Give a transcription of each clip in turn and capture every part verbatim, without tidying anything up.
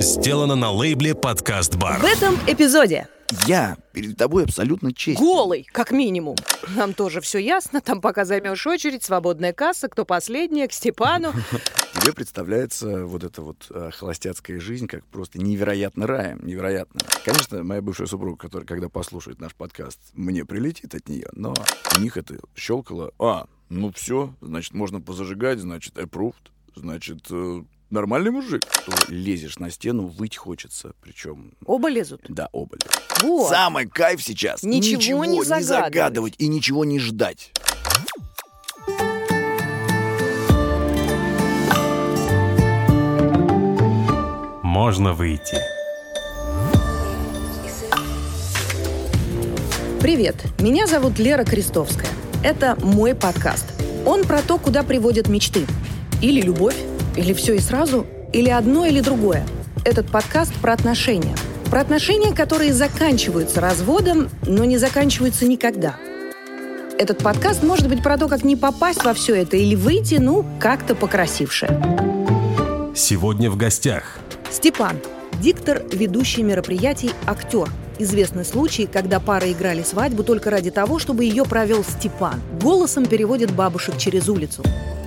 сделано на лейбле «Подкаст Бар». В этом эпизоде я перед тобой абсолютно честен. голый, как минимум. Нам тоже все ясно. Там пока займешь очередь, свободная касса, кто последняя, к Степану. Тебе представляется вот эта вот э, холостяцкая жизнь как просто невероятно раем, невероятно. Конечно, моя бывшая супруга, которая, когда послушает наш подкаст, мне прилетит от нее, но у них это щелкало. А, ну все, значит, можно позажигать, значит, approved, значит... Э, Нормальный мужик. Лезешь на стену, выть хочется. Причем... Оба лезут? Да, оба лезут. Вот. Самый кайф сейчас. Ничего, ничего не не загадывать. загадывать и ничего не ждать. Можно выйти. Привет, меня зовут Лера Крестовская. Это мой подкаст. Он про то, куда приводят мечты. Или любовь, или все и сразу, или одно, или другое. Этот подкаст про отношения. Про отношения, которые заканчиваются разводом, но не заканчиваются никогда. Этот подкаст может быть про то, как не попасть во все это или выйти, ну, как-то покрасивше. Сегодня в гостях Степан, диктор, ведущий мероприятий, актер. Известный случай, когда пары играли свадьбу только ради того, чтобы ее провел Степан. Голосом переводит бабушек через улицу.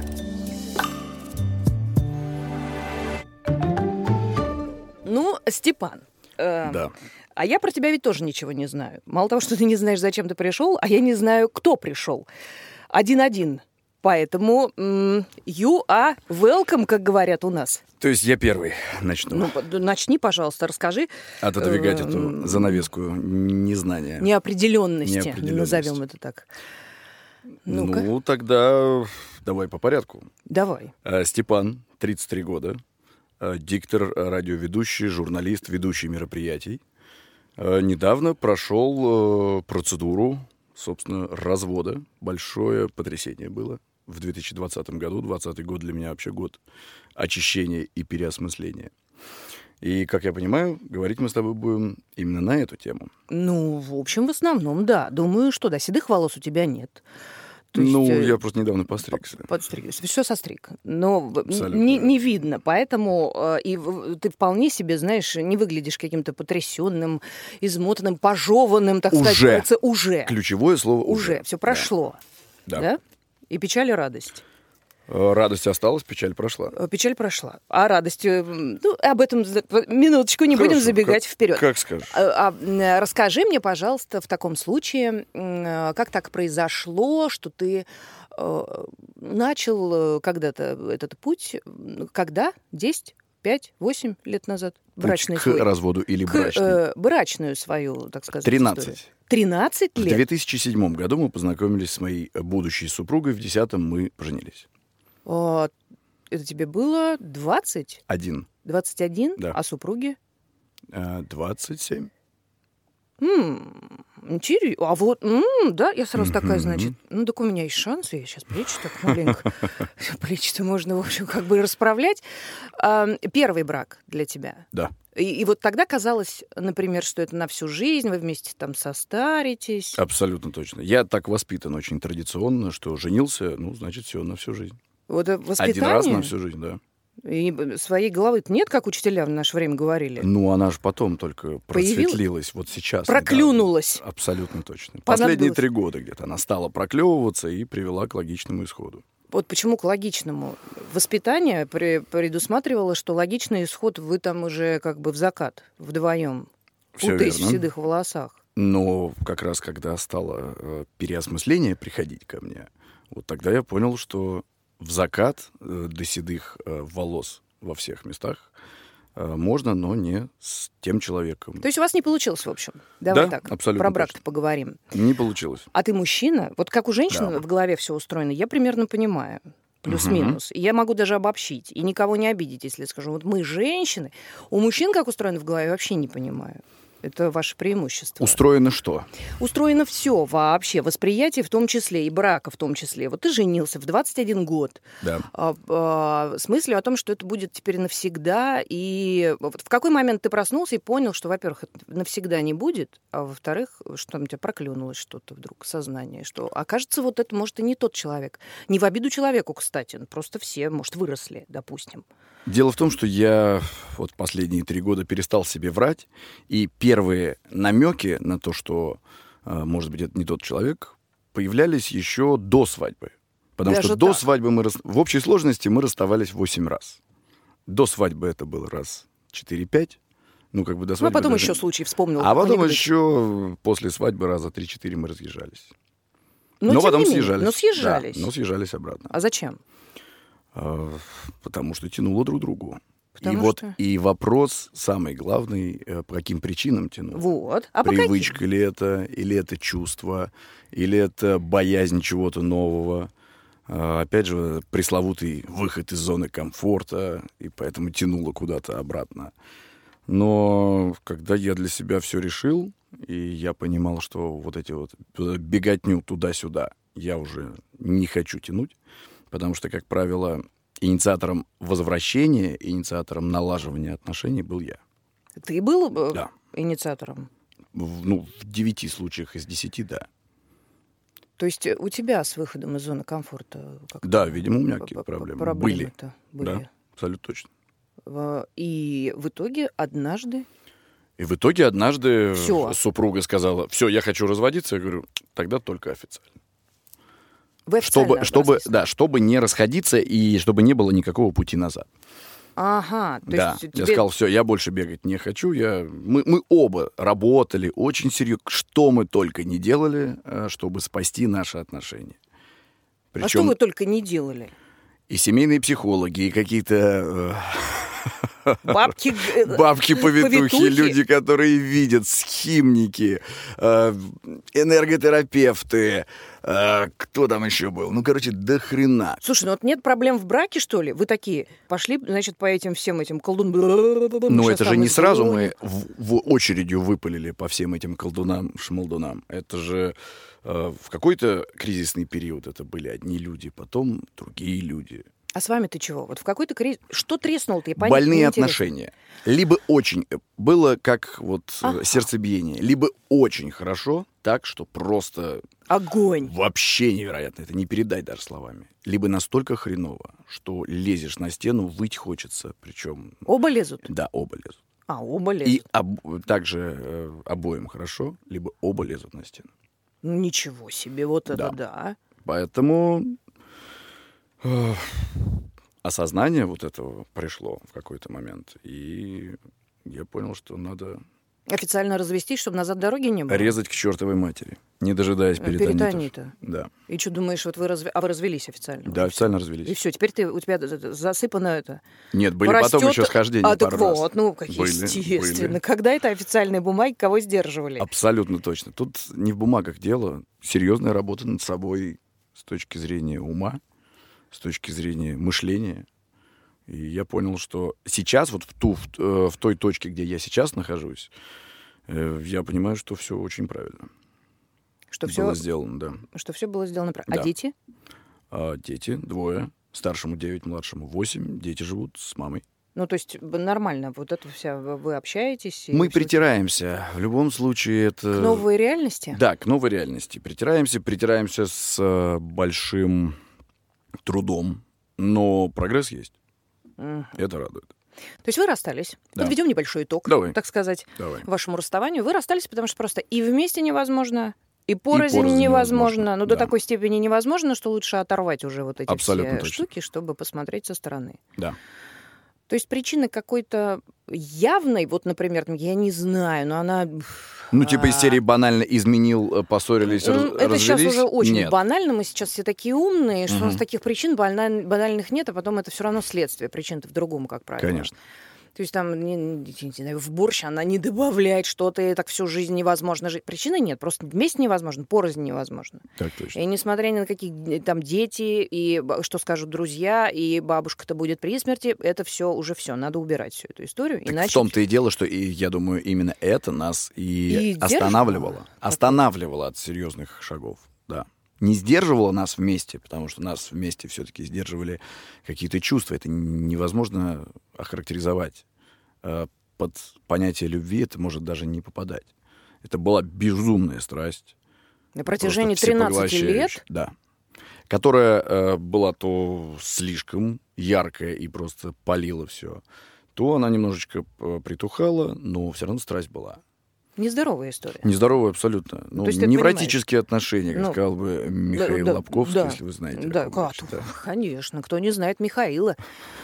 Ну, Степан, э, Да. а я про тебя ведь тоже ничего не знаю. Мало того, что ты не знаешь, зачем ты пришел, а я не знаю, кто пришел. Один-один. Поэтому м- you are welcome, как говорят у нас. То есть я первый начну. Ну, п- начни, пожалуйста, расскажи. Отодвигать э, эту занавеску незнания. Неопределенности, Неопределенности. назовем это так. Ну-ка, Ну, тогда давай по порядку. давай. А, Степан, тридцать три года, а, диктор, а, радиоведущий, журналист, ведущий мероприятий. А, Недавно прошел а, процедуру, собственно, развода. Большое потрясение было в две тысячи двадцатом году. двадцатый год для меня вообще год очищения и переосмысления. И, как я понимаю, говорить мы с тобой будем именно на эту тему. Ну, в общем, в основном, да. Думаю, что да, седых волос у тебя нет. То есть, Ну, э, я просто недавно постригся. Подстригся. Все состриг. Но в- Абсолютно. не, не видно. Поэтому э, и в- ты вполне себе, знаешь, не выглядишь каким-то потрясенным, измотанным, пожеванным, так сказать. Уже. проце- Уже. Ключевое слово Уже. «уже». Все прошло. Да. Да? И печаль, и радость. Э, Радость осталась, печаль прошла. Э, Печаль прошла. А радость... э, Ну, об этом за- минуточку не будем Хорошо, забегать как- вперед. Как скажешь. А, а, м, расскажи мне, пожалуйста, в таком случае, м, как так произошло, что ты э, начал э, когда-то этот путь, м, когда? десять, пять, восемь лет назад? Брачный Путь к свой. разводу или К, брачный. э, брачную свою, так сказать, историю. тринадцать. тринадцать В лет? две тысячи седьмом году мы познакомились с моей будущей супругой, в десятом мы поженились. А, это тебе было двадцать? Один. двадцать один? Да. А супруги? Э, двадцать семь. М, Интересно. А вот, м, да, я сразу такая, Мгм. значит, ну так у меня есть шансы, я сейчас плечи так маленько. Плечи-то можно, в общем, как бы расправлять. А, Первый брак для тебя. Да. И, и вот тогда казалось, например, что это на всю жизнь, вы вместе там состаритесь. Абсолютно точно. Я так воспитан очень традиционно, что женился, ну, значит, все на всю жизнь. Вот это воспитание. Один раз на всю жизнь, да. И своей головы нет, как учителя в наше время говорили. Ну, она же потом только Появилась? просветлилась, вот сейчас. Проклюнулась. недавно. Абсолютно точно. Понадобилось. Последние три года где-то она стала проклевываться и привела к логичному исходу. Вот почему к логичному. Воспитание пре- предусматривало, что логичный исход вы там уже как бы в закат, вдвоем, Всё путаясь в верно. седых волосах. Но как раз когда стало э, переосмысление приходить ко мне, вот тогда я понял, что в закат э, до седых э, волос во всех местах э, можно, но не с тем человеком. То есть у вас не получилось, в общем. Давай Да, так, абсолютно про брак-то точно. поговорим. Не получилось. А ты мужчина? Вот как у женщин Да. в голове все устроено, я примерно понимаю. Плюс-минус. И я могу даже обобщить. И никого не обидеть, если скажу. Вот мы, женщины, у мужчин как устроено в голове, вообще не понимаю. Это ваше преимущество. Устроено что? Устроено все вообще, восприятие в том числе, и брака в том числе. Вот ты женился в двадцать один год. Да. А, а, с мыслью о том, что это будет теперь навсегда. И вот в какой момент ты проснулся и понял, что, во-первых, это навсегда не будет, а во-вторых, что там у тебя проклюнулось что-то вдруг, сознание, что, окажется, вот это, может, и не тот человек. Не в обиду человеку, кстати, просто все, может, выросли, допустим. Дело в том, что я вот последние три года перестал себе врать, и первые намеки на то, что, может быть, это не тот человек, появлялись еще до свадьбы. Потому Даже что до так? свадьбы мы рас... в общей сложности мы расставались восемь раз. До свадьбы это было раз четыре-пять. Ну, как бы до Ну, а свадьбы потом даже- еще случай вспомнил. А потом какой-нибудь. еще после свадьбы раза три-четыре мы разъезжались. Но, но тем потом не менее, съезжались. Но съезжались. Да, но съезжались обратно. А зачем? А, потому что тянуло друг к другу. Потому и вот что? и вопрос самый главный, э, по каким причинам тянуло. Вот. А по каким? Привычка ли это, или это чувство, или это боязнь чего-то нового. А, опять же, пресловутый выход из зоны комфорта, и поэтому тянуло куда-то обратно. Но когда я для себя все решил, и я понимал, что вот эти вот беготню туда-сюда я уже не хочу тянуть, потому что, как правило, инициатором возвращения, инициатором налаживания отношений был я. Ты был э, Да. инициатором? В, ну, в девяти случаях из десяти, да. То есть у тебя с выходом из зоны комфорта как-то Да, видимо, у меня п- какие-то п- проблемы. проблемы-то были. Да, абсолютно точно. В- И в итоге однажды... И в итоге однажды Всё. супруга сказала: все, я хочу разводиться. Я говорю: тогда только официально. Вы Чтобы, официально чтобы, развелись? да, чтобы не расходиться и чтобы не было никакого пути назад. Ага. То Да, есть я тебе- сказал: все, я больше бегать не хочу. Я... Мы, мы оба работали очень серьезно. Что мы только не делали, э, чтобы спасти наши отношения. А что вы только не делали? и семейные психологи, и какие-то э, Бабки... э, бабки-повитухи, повитухи? люди, которые видят, схимники, э, энерготерапевты, э, кто там еще был? Ну, короче, до хрена. Слушай, ну вот нет проблем в браке, что ли? Вы такие пошли, значит, по этим всем этим колдунам. Ну, это же не сразу мы в, в очередью выпалили по всем этим колдунам, шмалдунам. Это же э, в какой-то кризисный период это были одни люди, потом другие люди. А с вами ты чего? Вот в какой-то кризис... Что треснуло-то? Я понять- Больные мне интересно. отношения. Либо очень... Было как вот э, Ага. сердцебиение. Либо очень хорошо, так, что просто Огонь. вообще невероятно. Это не передать даже словами. Либо настолько хреново, что лезешь на стену, выть хочется. Причем... Оба лезут? Да, оба лезут. А, оба лезут. И об- также э, обоим хорошо, либо оба лезут на стену. Ну, ничего себе, вот это Да. да. Поэтому э, осознание вот этого пришло в какой-то момент. И я понял, что надо Официально развестись, чтобы назад дороги не было? резать к чертовой матери, не дожидаясь перитонитов. Перитонита. Да. И что, думаешь, вот вы разве... А вы развелись официально? Да, уже? официально И развелись. все, теперь ты, у тебя д- д- засыпано это. Нет, были потом Растёт- еще схождения А, так пару раз. вот, ну, Были, естественно. были. Когда это официальные бумаги, кого сдерживали? Абсолютно точно. Тут не в бумагах дело. Серьезная работа над собой с точки зрения ума, с точки зрения мышления. И я понял, что сейчас, вот в, ту, в, э, в той точке, где я сейчас нахожусь, э, я понимаю, что все очень правильно Что было все, сделано, да. что все было сделано правильно. А Да. дети? А дети двое. Старшему девять, младшему восемь. Дети живут с мамой. Ну, то есть б- нормально, вот это вся, вы вы общаетесь? и Мы всё- притираемся. В любом случае это... К новой реальности? Да, к новой реальности. Притираемся, притираемся с э, большим трудом, но прогресс есть. Мгм. Это радует. То есть вы расстались. Да. Подведем небольшой итог, Давай. так сказать, Давай. вашему расставанию. Вы расстались, потому что просто и вместе невозможно, и порознь, порознь невозможно. невозможно, Ну, до да. такой степени невозможно, что лучше оторвать уже вот эти Абсолютно все точно. штуки, чтобы посмотреть со стороны. Да. То есть причины какой-то явной, вот, например, там, я не знаю, но она... Ну, типа из а, серии банально изменил, э, поссорились, ну, раз- это развелись. сейчас уже очень Нет. банально, мы сейчас все такие умные, что у нас Мгм. таких причин баналь- банальных нет, а потом это все равно следствие, причин-то в другом, как правило. Конечно. То есть там не, не знаю, в борщ она не добавляет что-то, и так всю жизнь невозможно жить. Причины нет, просто вместе невозможно, порознь невозможно. Так точно. И несмотря ни на какие там дети, и что скажут друзья, и бабушка-то будет при смерти, это все уже все, надо убирать всю эту историю. Так иначе... в том-то и дело, что, и, я думаю, именно это нас и, И останавливало. держало. Останавливало от серьезных шагов, да. Не сдерживало нас вместе, потому что нас вместе все-таки сдерживали какие-то чувства. Это невозможно охарактеризовать. Под понятие любви это может даже не попадать. Это была безумная страсть. На протяжении тринадцати лет? Да. Которая э, была то слишком яркая и просто палила все, то она немножечко притухала, но все равно страсть была. Нездоровая история. Нездоровая абсолютно. Ну, невротические отношения, как ну, сказал бы Михаил да, Лобковский, да, если вы знаете. Да, как? Конечно. Кто не знает Михаила?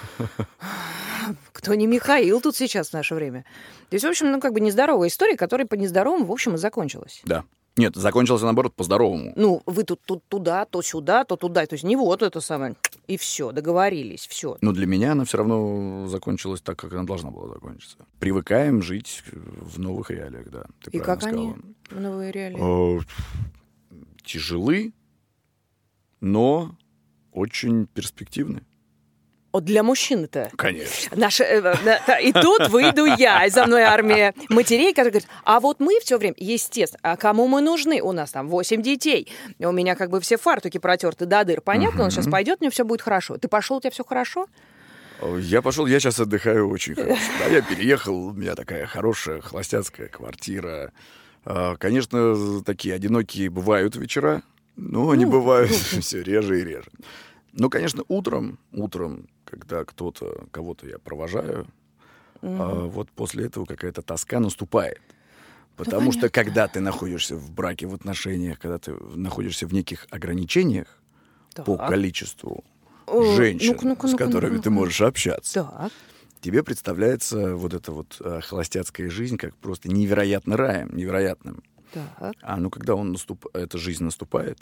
Кто не Михаил тут сейчас в наше время? То есть, в общем, ну, как бы нездоровая история, которая по нездоровому, в общем, и закончилась. Да. Нет, закончилось, наоборот, по-здоровому. Ну, вы тут, тут туда, то сюда, то туда. То есть не вот это самое. И все, договорились, все. Но для меня она все равно закончилась так, как она должна была закончиться. Привыкаем жить в новых реалиях, да. Ты И как сказала. они, в новые реалии? О, тяжелы, но очень перспективны. Вот для мужчин-то. Конечно. Наша, э, и тут выйду я, и за мной армия матерей, которые говорят, а вот мы все время, естественно, а кому мы нужны? У нас там восемь детей, у меня как бы все фартуки протерты до дыр. Понятно, uh-huh. он сейчас пойдет, у него все будет хорошо. Ты пошел, у тебя все хорошо? Я пошел, я сейчас отдыхаю очень хорошо. Да, я переехал, у меня такая хорошая холостяцкая квартира. Конечно, такие одинокие бывают вечера, но они ну, бывают ну, все реже и реже. Ну, конечно, утром, утром, когда кто-то, кого-то я провожаю, mm-hmm. а вот после этого какая-то тоска наступает. Потому да, что когда ты находишься в браке, в отношениях, когда ты находишься в неких ограничениях так. по количеству О, женщин, ну-ка, ну-ка, с которыми ну-ка, ты можешь общаться, так. тебе представляется вот эта вот холостяцкая жизнь как просто невероятно раем, невероятным. Так. А ну, когда он наступ... эта жизнь наступает,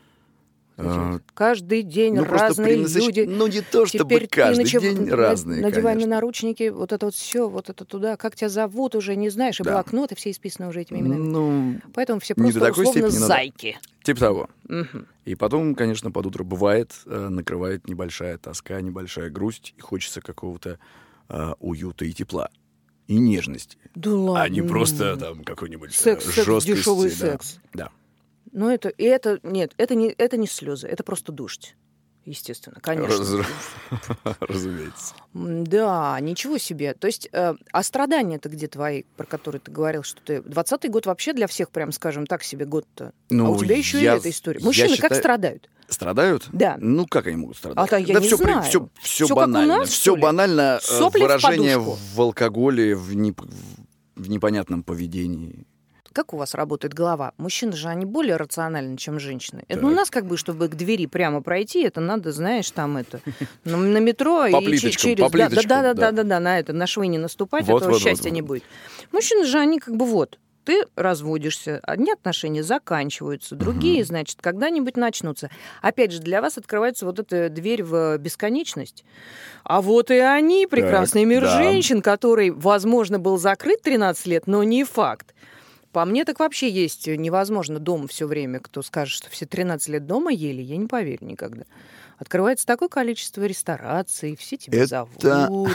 каждый день ну, разные приносишь... люди. Ну, не то, чтобы Теперь каждый начав... день разные, надевай конечно. на наручники, вот это вот все, вот это туда. Как тебя зовут, уже не знаешь, и да. блокноты все исписаны уже этими именами. Ну, поэтому все просто условно зайки. Типа того. Угу. И потом, конечно, под утро бывает, э, накрывает небольшая тоска, небольшая грусть, и хочется какого-то э, уюта и тепла. И нежности. Да ладно. А не просто там какой-нибудь секс, жесткости. Секс, дешевый да. секс. Да. Ну, это, и это, нет, это не, это не слезы, это просто дождь. Естественно, конечно. Раз... Разумеется. Да, ничего себе. То есть, э, а страдания-то где твои, про которые ты говорил, что ты... двадцатый год вообще для всех, прям скажем так себе, год-то. Ну, а у тебя еще я... и эта история. Мужчины считаю... как страдают? Страдают? Да. Ну, как они могут страдать? А, да, я да не все, знаю. При... все, все, все банально. Как у нас, все банально. Сопли выражение в, в алкоголе, в, не... в непонятном поведении. Как у вас работает голова? Мужчины же, они более рациональны, чем женщины. Это, ну, у нас как бы, чтобы к двери прямо пройти, это надо, знаешь, там это, на, на метро по и плиточкам, через... По плиточкам, да, да, да, да, да, да, да, на это, на швы не наступать, вот, этого вот, счастья вот, не вот. будет. Мужчины же, они как бы вот, ты разводишься, одни отношения заканчиваются, другие, угу. значит, когда-нибудь начнутся. Опять же, для вас открывается вот эта дверь в бесконечность. А вот и они, прекрасный так, мир да. женщин, который, возможно, был закрыт тринадцать лет, но не факт. По мне так вообще есть невозможно дома все время, кто скажет, что все тринадцать лет дома ели, я не поверю никогда. Открывается такое количество рестораций, все тебя Это... зовут.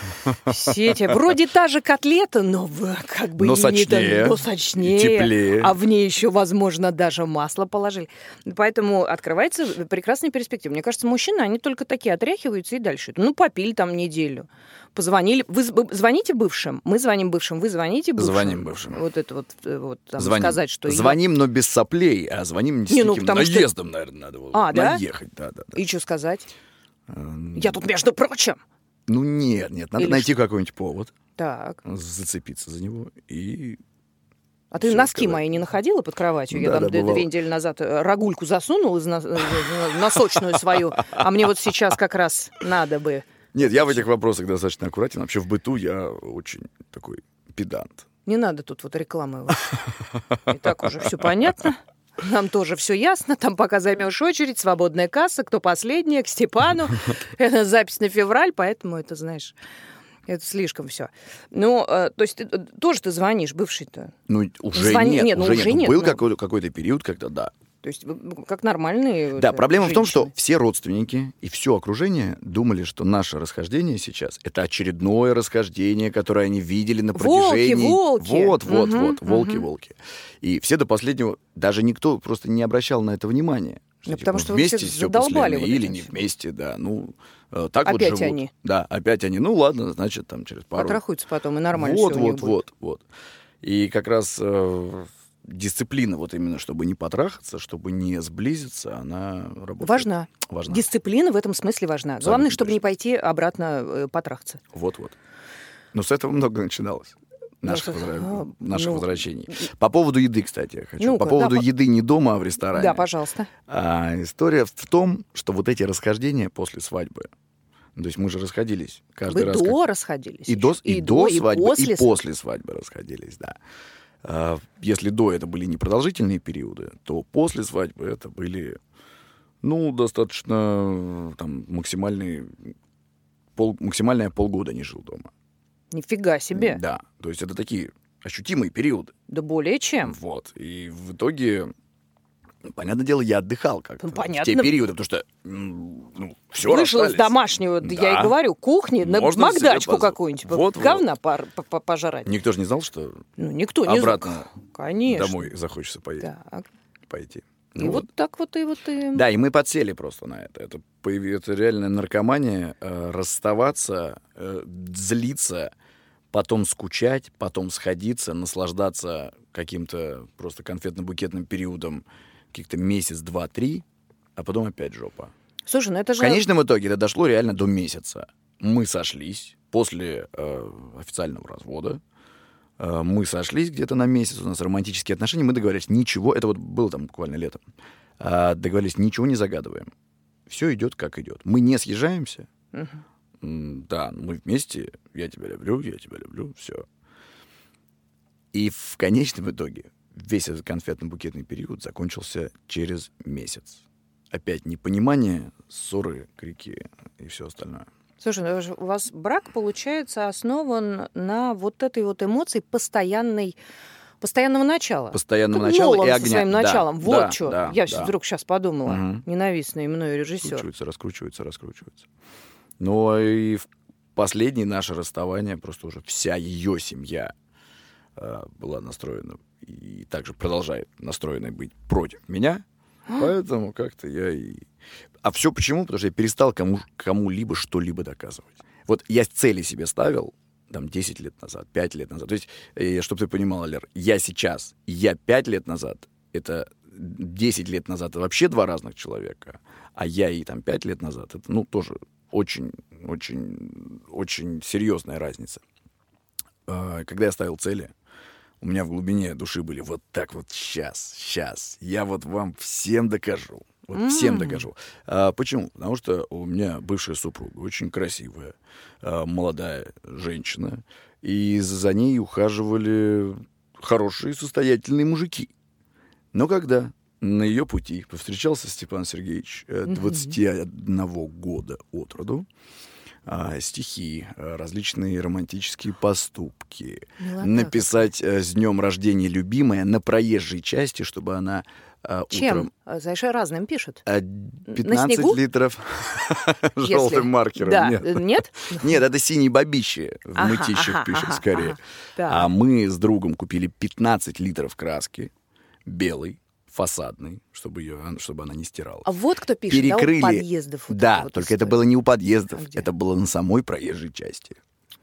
Все тебя... Вроде та же котлета, но как бы... Но сочнее. Но сочнее. Теплее. А в ней еще, возможно, даже масло положили. Поэтому открывается прекрасная перспектива. Мне кажется, мужчины, они только такие отряхиваются и дальше. Ну, попили там неделю. Позвонили. Вы звоните бывшим? Мы звоним бывшим. Вы звоните бывшим? Звоним бывшим. Вот это вот, вот там, звоним. сказать, что... Звоним, я... но без соплей, а звоним с не, таким ну, наездом, что... наверное, надо было а, наехать. Да? Да, да, да. И что сказать? Um... Я тут, между прочим. Ну, нет, нет, надо Или найти что? какой-нибудь повод. Так. Зацепиться за него и... А ты носки сказать. Мои не находила под кроватью? Да, я там да, две, две недели назад рагульку засунул из носочную свою, а мне вот сейчас как раз надо бы... Нет, я в этих вопросах достаточно аккуратен. Вообще в быту я очень такой педант. Не надо тут вот рекламы. И так уже все понятно. Нам тоже все ясно. Там пока займешь очередь, свободная касса, кто последняя, к Степану. Это запись на февраль, поэтому это, знаешь... Это слишком все. Ну, э, то есть ты, тоже ты звонишь, бывший-то? Ну, уже Звони... нет, нет, ну, уже, уже нет. нет. Был ну... какой-то, какой-то период, когда да. То есть как нормальные Да, проблема женщины. в том, что все родственники и все окружение думали, что наше расхождение сейчас — это очередное расхождение, которое они видели на протяжении... Волки, волки! Вот, вот, угу, вот, волки, угу. волки. И все до последнего, даже никто просто не обращал на это внимания. Ну, Что, потому типа, что вместе вы все задолбали вот или этим не всем. вместе, да, ну, э, так Опять вот живут. они. Да, опять они, ну ладно, значит, там через пару... Потрахаются потом, и нормально Вот, все у них вот, будет. вот, вот. И как раз... Э, дисциплина, вот именно, чтобы не потрахаться, чтобы не сблизиться, она работает. Важна. Важна. Дисциплина в этом смысле важна. Абсолютно Главное, чтобы точно. не пойти обратно э, потрахаться. Вот-вот. Но с этого много начиналось. Наших, Ну, возра... а, наших ну, возвращений. По поводу еды, кстати, я хочу. Ну-ка, По поводу да, по- еды не дома, а в ресторане. Да, пожалуйста. А, история в том, что вот эти расхождения после свадьбы, то есть мы же расходились каждый Вы раз. до как- расходились? И до, еще? и до свадьбы, после... и после свадьбы расходились, да. А, Если до это были непродолжительные периоды, то после свадьбы это были, ну, достаточно там максимальные, пол, максимальная полгода не жил дома. Нифига себе. Да, то есть это такие ощутимые периоды. Да более чем. Вот, и в итоге, понятное дело, я отдыхал как-то Ну, в понятно. те периоды, потому что, м, ну, все Вышел из расстались. домашнего, Да. я и говорю, кухни, на Можно себе Макдачку позволить. какую-нибудь, Вот, говна пор- по- по- пожрать. Никто же не знал, что Ну, никто не обратно знал. Конечно. домой захочется поесть, Так. пойти. И Ну вот так вот и вот и... Да, и мы подсели просто на это. Это, появи- это реальная наркомания. э, расставаться, э, злиться, потом скучать, потом сходиться, наслаждаться каким-то просто конфетно-букетным периодом, каких-то месяц, два, три, а потом опять жопа. Слушай, ну это В же... конечном итоге это дошло реально до месяца. Мы сошлись после э, официального развода. Э, мы сошлись где-то на месяц, у нас романтические отношения, мы договорились, ничего, это вот было там буквально летом, э, договорились, ничего не загадываем. Все идет как идет. Мы не съезжаемся. Мгм. М, Да, мы вместе, я тебя люблю, я тебя люблю, все. И в конечном итоге весь этот конфетно-букетный период закончился через месяц. Опять непонимание, ссоры, крики и все остальное. Слушай, ну же у вас брак, получается, основан на вот этой вот эмоции постоянной, постоянного начала. Постоянного Как начала Нолан и со огня. своим Да, началом. Вот да, что. да, Я да. вдруг сейчас подумала. Мгм. Ненавистный мною режиссер. Раскручивается, раскручивается, раскручивается. Но и в последнее наше расставание просто уже вся ее семья э, была настроена и также продолжает настроена быть против меня. Поэтому как-то я и... А все почему? Потому что я перестал кому, кому-либо что-либо доказывать. Вот я цели себе ставил там десять лет назад, пять лет назад. То есть, э, чтобы ты понимала, Лер, я сейчас, я пять лет назад, это десять лет назад, это вообще два разных человека. А я и там пять лет назад, это, ну, тоже очень, очень, очень серьезная разница. Э, Когда я ставил цели, у меня в глубине души были вот так вот сейчас, сейчас. Я вот вам всем докажу. Вот М. всем докажу. А, почему? Потому что у меня бывшая супруга, очень красивая, а, молодая женщина. И за ней ухаживали хорошие, состоятельные мужики. Но когда на ее пути повстречался Степан Сергеевич, э, двадцати одного года от роду, а, стихи, а, различные романтические поступки, Милота написать э, с днем рождения любимая на проезжей части, чтобы она а, Чем? утром А, Знаешь, разным пишет. а, На пятнадцать снегу? литров Если- желтым маркером. Да. Нет. э, Нет? Нет, это синие бабищи в Ага, мытищах ага, пишет ага, скорее. ага. Так. А мы с другом купили пятнадцать литров краски белой, фасадной, чтобы, ее, чтобы она не стирала. А вот кто пишет, Перекрыли. да, у подъездов. вот да, эта вот только это история. было не у подъездов, А где? это было на самой проезжей части.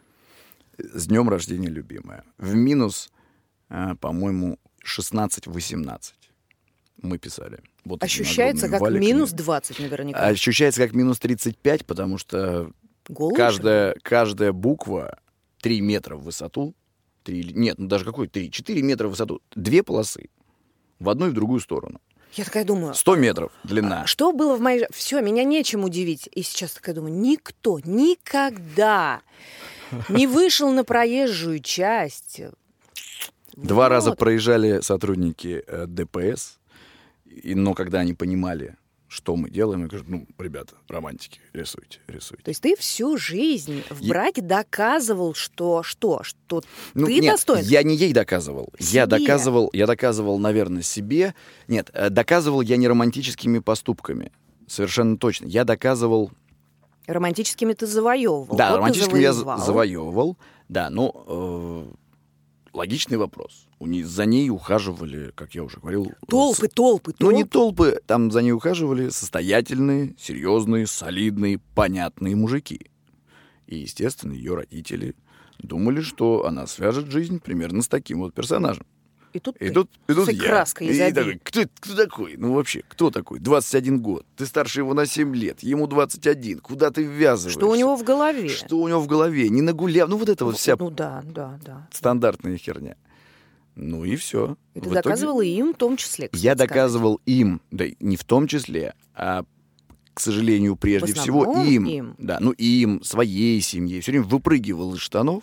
С днем рождения, любимая. В минус, а, по-моему, шестнадцать-восемнадцать мы писали. Вот этими Ощущается огромными как валиками. минус двадцать наверняка. Ощущается как минус тридцать пять, потому что Голый же? каждая, каждая буква три метра в высоту. три или- нет, ну даже какой три? четыре метра в высоту. Две полосы. В одну и в другую сторону. Я такая думаю, сто метров длина. а что было в моей... Все, меня нечем удивить. И сейчас такая думаю, никто никогда не вышел на проезжую часть. Два Вот. раза проезжали сотрудники э, ДПС, и, но когда они понимали, что мы делаем. Я говорю, ну, ребята, романтики, рисуйте, рисуйте. То есть ты всю жизнь в браке доказывал, что что? Что ну, ты нет, достоин? Я не ей доказывал. Себе. Я доказывал, я доказывал, наверное, себе. Нет, доказывал я не романтическими поступками. Совершенно точно. Я доказывал... Романтическими ты завоевывал. Да, вот романтическими я завоевал. завоевывал. Да, ну, э, логичный вопрос. У не, за ней ухаживали, как я уже говорил... Толпы, с... толпы, толпы. Ну, не толпы, там за ней ухаживали состоятельные, серьезные, солидные, понятные мужики. И, естественно, ее родители думали, что она свяжет жизнь примерно с таким вот персонажем. И тут И ты тут, и тут с я. краской И изобилия. такой, кто, кто такой? Ну, вообще, кто такой? двадцать один год. Ты старше его на семь лет. Ему двадцать один. Куда ты ввязываешься? Что у него в голове? Что у него в голове? Не нагуляв. Ну, вот это вот вся Ну да, да, да. стандартная херня. Ну и все. И ты доказывал и им в том числе, кстати Я сказать. доказывал им, да не в том числе, а, к сожалению, прежде В всего основном им. им. Да, ну им, своей семье. Все время выпрыгивал из штанов.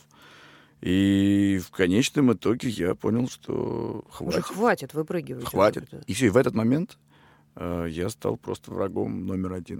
И в конечном итоге я понял, что Уже хватит. хватит выпрыгивать. Хватит. уже. И все, и в этот момент э, я стал просто врагом номер один.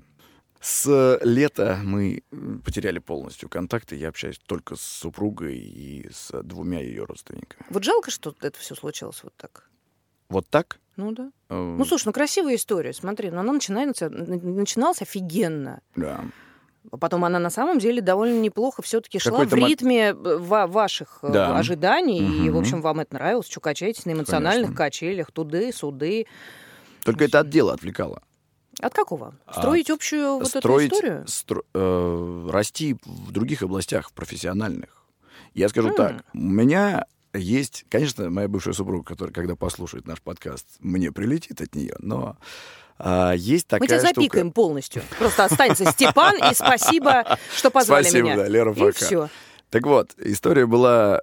С лета мы потеряли полностью контакты. Я общаюсь только с супругой и с двумя ее родственниками. Вот жалко, что это все случилось вот так. Вот так? Ну да. Э, Ну слушай, ну красивая история. Смотри, ну она начинается, начиналась офигенно. да. А потом она на самом деле довольно неплохо все-таки шла в какой-то мо- ритме ва- ваших э, Да. ожиданий. И, в Мгм. общем, вам это нравилось. Что качаетесь на эмоциональных Конечно. качелях, туды, суды. Только это от дела отвлекало. От какого? А, Строить общую вот Строить, эту историю? стро- э, расти в других областях, в профессиональных. Я скажу М. так. У меня есть, конечно, моя бывшая супруга, которая, когда послушает наш подкаст, мне прилетит от нее, но а, есть Мы такая тебя штука. запикаем полностью. Просто останется Степан, и спасибо, что позвали Спасибо, меня. да, Лера, И пока. все. Так вот, история была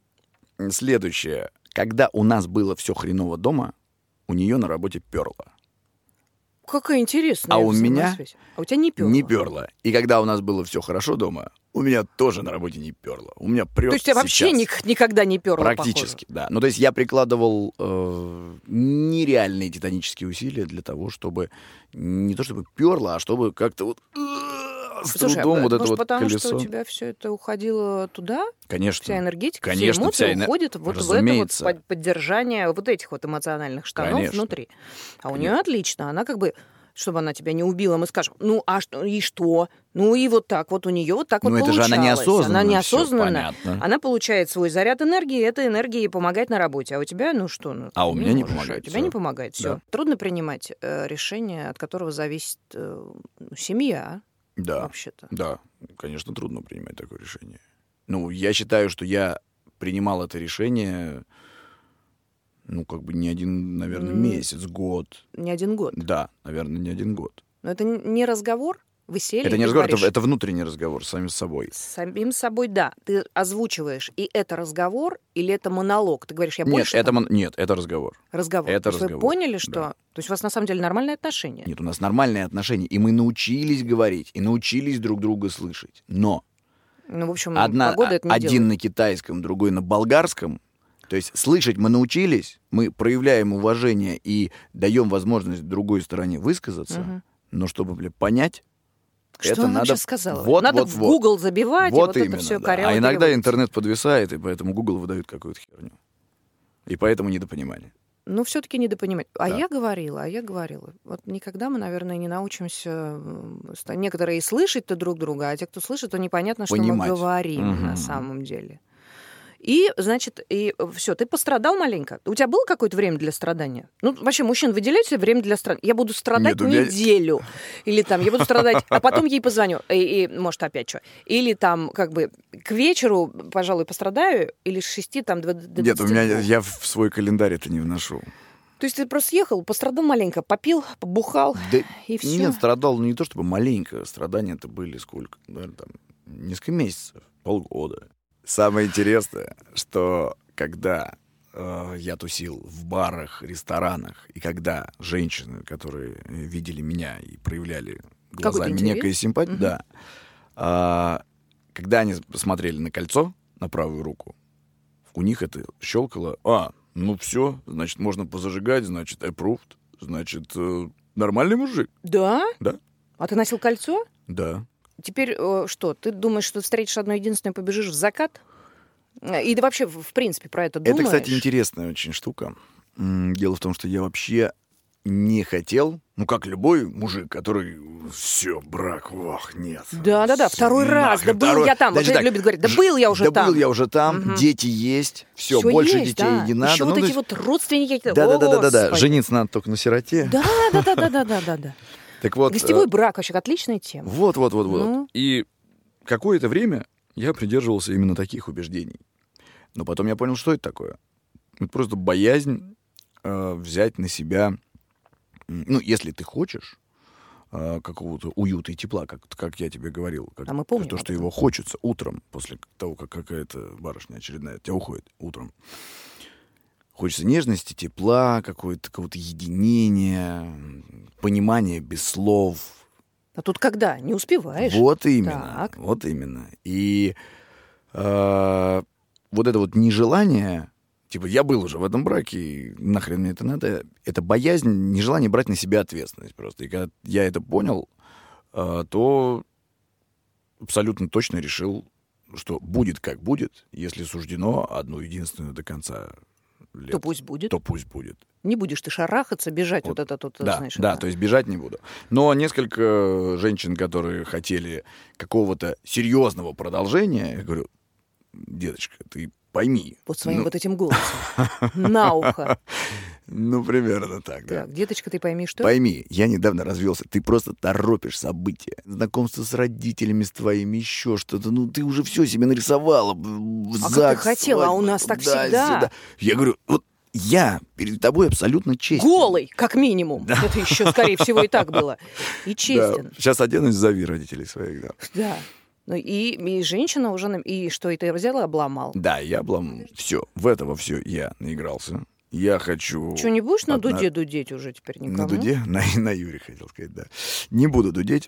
следующая. Когда у нас было все хреново дома, у нее на работе перло. Какая интересная А у меня взаимосвязь. А у тебя не перло. Не перло. И когда у нас было все хорошо дома, у меня тоже на работе не перло. У меня прет То есть у тебя вообще сейчас. ник- никогда не перло, Практически, да. Ну, то есть я прикладывал э, нереальные титанические усилия для того, чтобы не то чтобы перло, а чтобы как-то вот э, с Слушай, трудом а вот это может, вот потому колесо. что у тебя все это уходило туда? Конечно. Вся энергетика, Конечно, все эмоции вся эне- уходят вот в это вот Разумеется. под- поддержание вот этих вот эмоциональных штанов Конечно. внутри. А у Конечно. нее отлично. Она как бы, чтобы она тебя не убила, мы скажем, ну а что, и что? Ну и вот так вот у нее вот так Ну, вот это же получалось. она неосознанно. Она всё, неосознанно. понятно. Она получает свой заряд энергии, и эта энергия ей помогает на работе. А у тебя, ну что? Ну, А ты у меня не можешь, помогает, У тебя всё. не помогает. Все. Да. Трудно принимать э, решение, от которого зависит э, ну, семья, Да. вообще-то. Да, конечно, трудно принимать такое решение. Ну, я считаю, что я принимал это решение, ну, как бы не один, наверное, М. месяц, год. Не один год. Да, наверное, не один год. Но это н- не разговор. Вы сели Это и не разговор, это, говоришь, это внутренний разговор с самим собой. с самим собой, да. Ты озвучиваешь, и это разговор или это монолог? Ты говоришь, я Нет, больше это, там? мон- нет, это разговор. разговор. это То есть разговор, Вы поняли, что... да. То есть у вас на самом деле нормальные отношения? Нет, у нас нормальные отношения, и мы научились говорить, и научились друг друга слышать. Но Ну, в общем, одна, погода это не один делает. на китайском, другой на болгарском. То есть слышать мы научились, мы проявляем уважение и даем возможность другой стороне высказаться, Мгм. но чтобы, бля, понять, Что это она надо... вообще сказала? Вот, Надо вот, в вот. Google забивать, и Вот вот именно, это все да. коряво А иногда переводится. интернет подвисает, и поэтому Google выдает какую-то херню. И поэтому недопонимание. Ну, все-таки недопонимать. А Да. я говорила, а я говорила. Вот никогда мы, наверное, не научимся м, ста- некоторые и слышать-то друг друга, а те, кто слышит, то непонятно, что Понимать. мы говорим Мгм. на самом деле. И, значит, и все, ты пострадал маленько. У тебя было какое-то время для страдания? Ну, вообще, мужчин, выделяют себе время для страдания? Я буду страдать Нет, у меня- неделю. Или там, я буду страдать, а потом ей позвоню. И, и, может, опять что. Или там, как бы, к вечеру, пожалуй, пострадаю, или с шести там до до Нет, у меня двадцати двух. я в свой календарь это не вношу. То есть ты просто ехал, пострадал маленько, попил, побухал, Да и все. нет, страдал ну, не то чтобы маленько, страдания это были сколько, наверное, там несколько месяцев, полгода. Самое интересное, что когда э, я тусил в барах, ресторанах, и когда женщины, которые видели меня и проявляли глазами интерес. некая симпатия, Мгм. да, а, когда они посмотрели на кольцо, на правую руку, у них это щелкало, а, ну все, значит, можно позажигать, значит, approved, значит, э, Нормальный мужик. Да? Да. А ты носил кольцо? Да. Теперь э, что, ты думаешь, что встретишь одно единственное, побежишь в закат? И ты вообще, в принципе, про это думаешь? Это, кстати, интересная очень штука. Дело в том, что я вообще не хотел, ну, как любой мужик, который все, брак, ох, нет. Да-да-да, второй Нахрен, раз, да был второй... я там. Вот Значит, так, любит говорить, да ж- был я уже да там. был я уже там, Мгм. дети есть, все, Всё больше есть, детей да. не надо. Еще Ну, вот то эти есть- вот родственники. Да-да-да-да-да, Господи. жениться надо только на сироте. Да-да-да-да-да-да-да. Так вот, Гостевой э, брак вообще отличная тема. вот, вот, вот, вот. Ну. И какое-то время я придерживался именно таких убеждений. Но потом я понял, что это такое. Это просто боязнь э, взять на себя, м, ну, если ты хочешь э, какого-то уюта и тепла, как, как я тебе говорил, как, А мы помним то, об что этом. его хочется утром, после того, как какая-то барышня очередная от тебя уходит утром. Хочется нежности, тепла, какого-то, какого-то единения, м, понимания без слов. А тут когда? Не успеваешь. Вот именно, Так. вот именно. И э, вот это вот нежелание, типа, я был уже в этом браке, и нахрен мне это надо, это боязнь, нежелание брать на себя ответственность просто. И когда я это понял, э, то абсолютно точно решил, что будет как будет, если суждено одно единственное до конца лет, То пусть будет. то пусть будет. Не будешь ты шарахаться, бежать вот, Вот. это тут, Да, знаешь. да, это. то есть бежать не буду. Но несколько женщин, которые хотели какого-то серьезного продолжения, я говорю, деточка, ты пойми. Вот своим ну, вот этим голосом. На ухо. ну, примерно так, да. Так, деточка, ты пойми, что? Пойми, я недавно развелся, ты просто торопишь события. Знакомство с родителями с твоими, еще что-то. Ну, ты уже все себе нарисовала. А как ты хотела, а у нас так всегда. Я говорю, вот я перед тобой абсолютно честен. Голый, как минимум. Это еще, скорее всего, и так было. И честен. Да. Сейчас оденусь, зови родителей своих, да. Да. Ну и, и женщина уже... на- И что, и ты взял и обломал? Да, я облом... Все, в этого все я наигрался. Я хочу... Что, не будешь на одна- дуде дудеть уже теперь никому? На дуде? На, на Юре, хотел сказать, да. Не буду дудеть.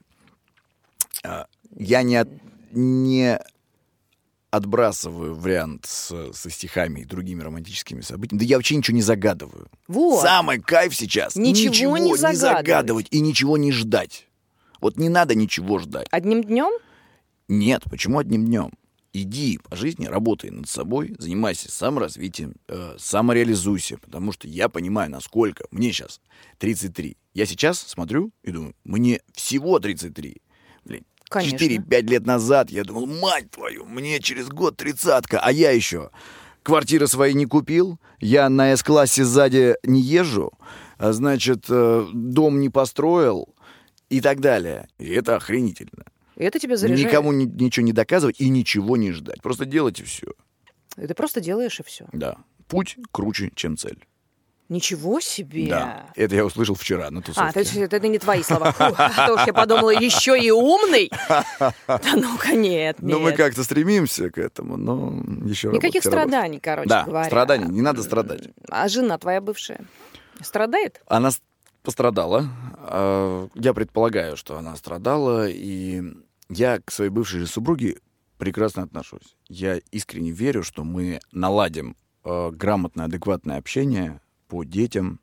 А, Я не, от- не отбрасываю вариант с- со стихами и другими романтическими событиями. Да я вообще ничего не загадываю. Вот. Самый кайф сейчас. Ничего не загадывать. загадывать и ничего не ждать. Вот не надо ничего ждать. Одним днем? Нет, почему одним днем? Иди по жизни, работай над собой, занимайся саморазвитием, э, самореализуйся, потому что я понимаю, насколько мне сейчас тридцать три. Я сейчас смотрю и думаю, мне всего тридцать три. Блин, Конечно. четыре-пять лет назад я думал, мать твою, мне через год тридцатка, а я еще квартиры свои не купил, я на С-классе сзади не езжу, а значит, э, дом не построил и так далее. И это охренительно. И это тебя заряжает. Никому ни- ничего не доказывать и ничего не ждать. Просто делайте все. И ты просто делаешь, и все. Да. Путь круче, чем цель. Ничего себе. Да. Это я услышал вчера на тусовке. А, то есть это не твои слова. Фу, а то уж я подумала, еще и умный. Да ну-ка, нет, Ну, мы нет. как-то стремимся к этому, но еще Никаких работать и работать. страданий, короче Да, говоря. страданий, не надо страдать. А жена твоя бывшая страдает? Она с- пострадала. А, Я предполагаю, что она страдала, и я к своей бывшей же супруге прекрасно отношусь. Я искренне верю, что мы наладим э, грамотное, адекватное общение по детям,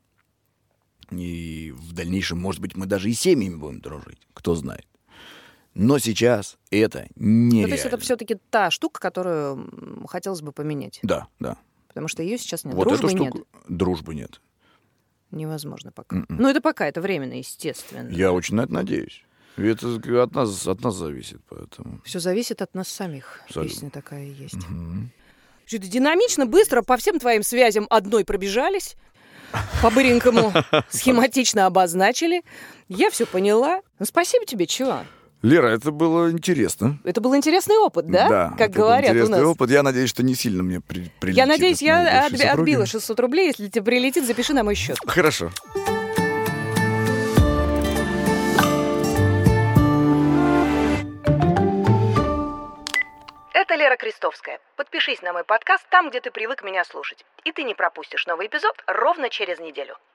и в дальнейшем, может быть, мы даже и семьями будем дружить, кто знает. Но сейчас это нереально. Ну, то есть это все-таки та штука, которую м, хотелось бы поменять. Да, да. Потому что ее сейчас нет. Вот Дружбы эту нет. штуку дружбы нет. Невозможно пока. Мгм. Ну, это пока, это временно, естественно. Я очень на это надеюсь. И это от нас, от нас зависит, поэтому... Все зависит от нас самих. Абсолютно. Песня такая и есть. Мгм. Что-то динамично, быстро по всем твоим связям одной пробежались. По-быренькому схематично обозначили. Я все поняла. Ну, спасибо тебе, чего? Лера, это было интересно. Это был интересный опыт, да? Как это был говорят у интересный нас. опыт. Я надеюсь, что не сильно мне при, прилетит. Я надеюсь, от моей я бывшей отби- супруги. отбила шестьсот рублей. Если тебе прилетит, запиши на мой счет. Хорошо. Это Лера Крестовская. Подпишись на мой подкаст там, где ты привык меня слушать. И ты не пропустишь новый эпизод ровно через неделю.